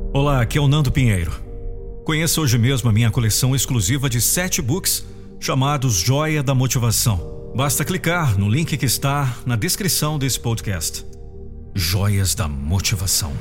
Olá, aqui é o Nando Pinheiro. Conheça hoje mesmo a minha coleção exclusiva de 7 books chamados Joia da Motivação. Basta clicar no link que está na descrição desse podcast. Joias da Motivação.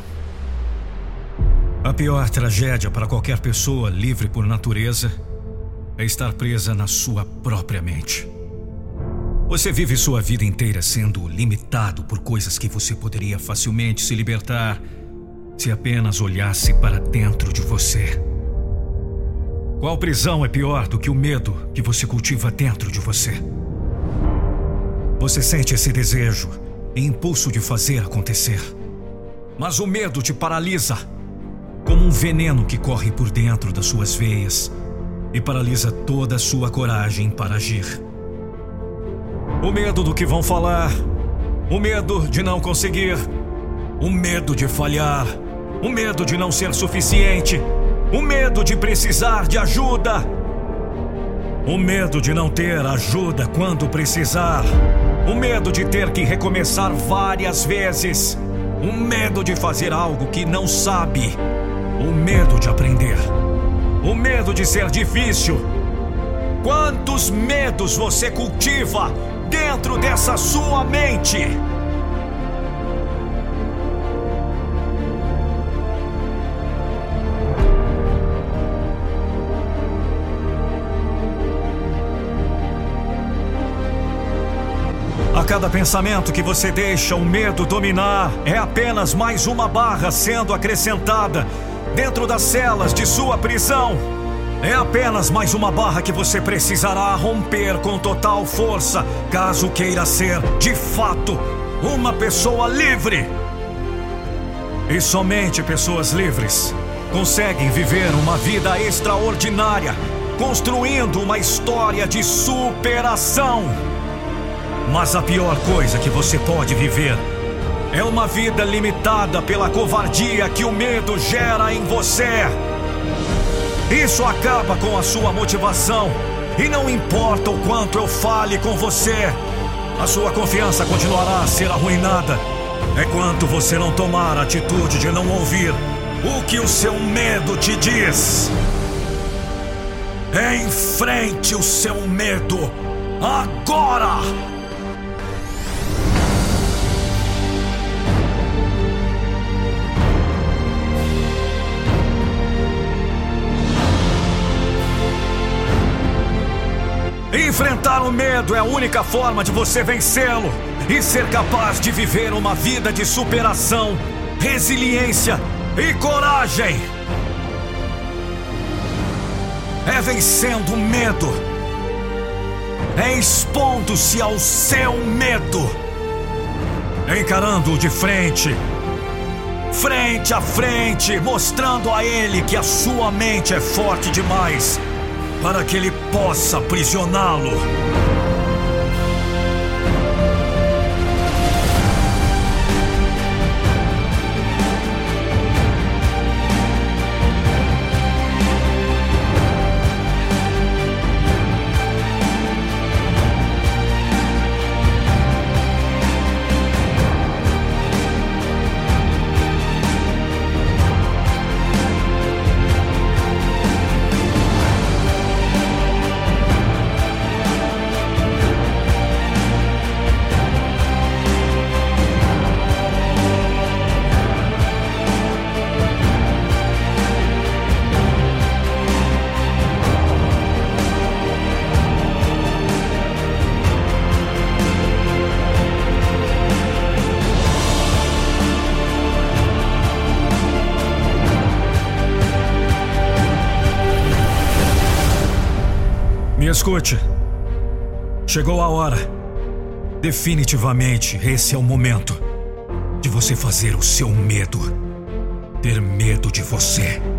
A pior tragédia para qualquer pessoa livre por natureza é estar presa na sua própria mente. Você vive sua vida inteira sendo limitado por coisas que você poderia facilmente se libertar se apenas olhasse para dentro de você. Qual prisão é pior do que o medo que você cultiva dentro de você? Você sente esse desejo e impulso de fazer acontecer, mas o medo te paralisa, como um veneno que corre por dentro das suas veias e paralisa toda a sua coragem para agir. O medo do que vão falar, o medo de não conseguir, o medo de falhar, o medo de não ser suficiente, o medo de precisar de ajuda, o medo de não ter ajuda quando precisar, o medo de ter que recomeçar várias vezes, o medo de fazer algo que não sabe, o medo de aprender, o medo de ser difícil. Quantos medos você cultiva dentro dessa sua mente? A cada pensamento que você deixa o medo dominar é apenas mais uma barra sendo acrescentada dentro das celas de sua prisão. É apenas mais uma barra que você precisará romper com total força, caso queira ser, de fato, uma pessoa livre. E somente pessoas livres conseguem viver uma vida extraordinária, construindo uma história de superação. Mas a pior coisa que você pode viver é uma vida limitada pela covardia que o medo gera em você. Isso acaba com a sua motivação, e não importa o quanto eu fale com você, a sua confiança continuará a ser arruinada enquanto você não tomar a atitude de não ouvir o que o seu medo te diz. Enfrente o seu medo agora! Enfrentar o medo é a única forma de você vencê-lo e ser capaz de viver uma vida de superação, resiliência e coragem. É vencendo o medo, é expondo-se ao seu medo, é encarando-o de frente, frente a frente, mostrando a ele que a sua mente é forte demais para que ele possa aprisioná-lo. Me escute. Chegou a hora. Definitivamente, esse é o momento de você fazer o seu medo ter medo de você.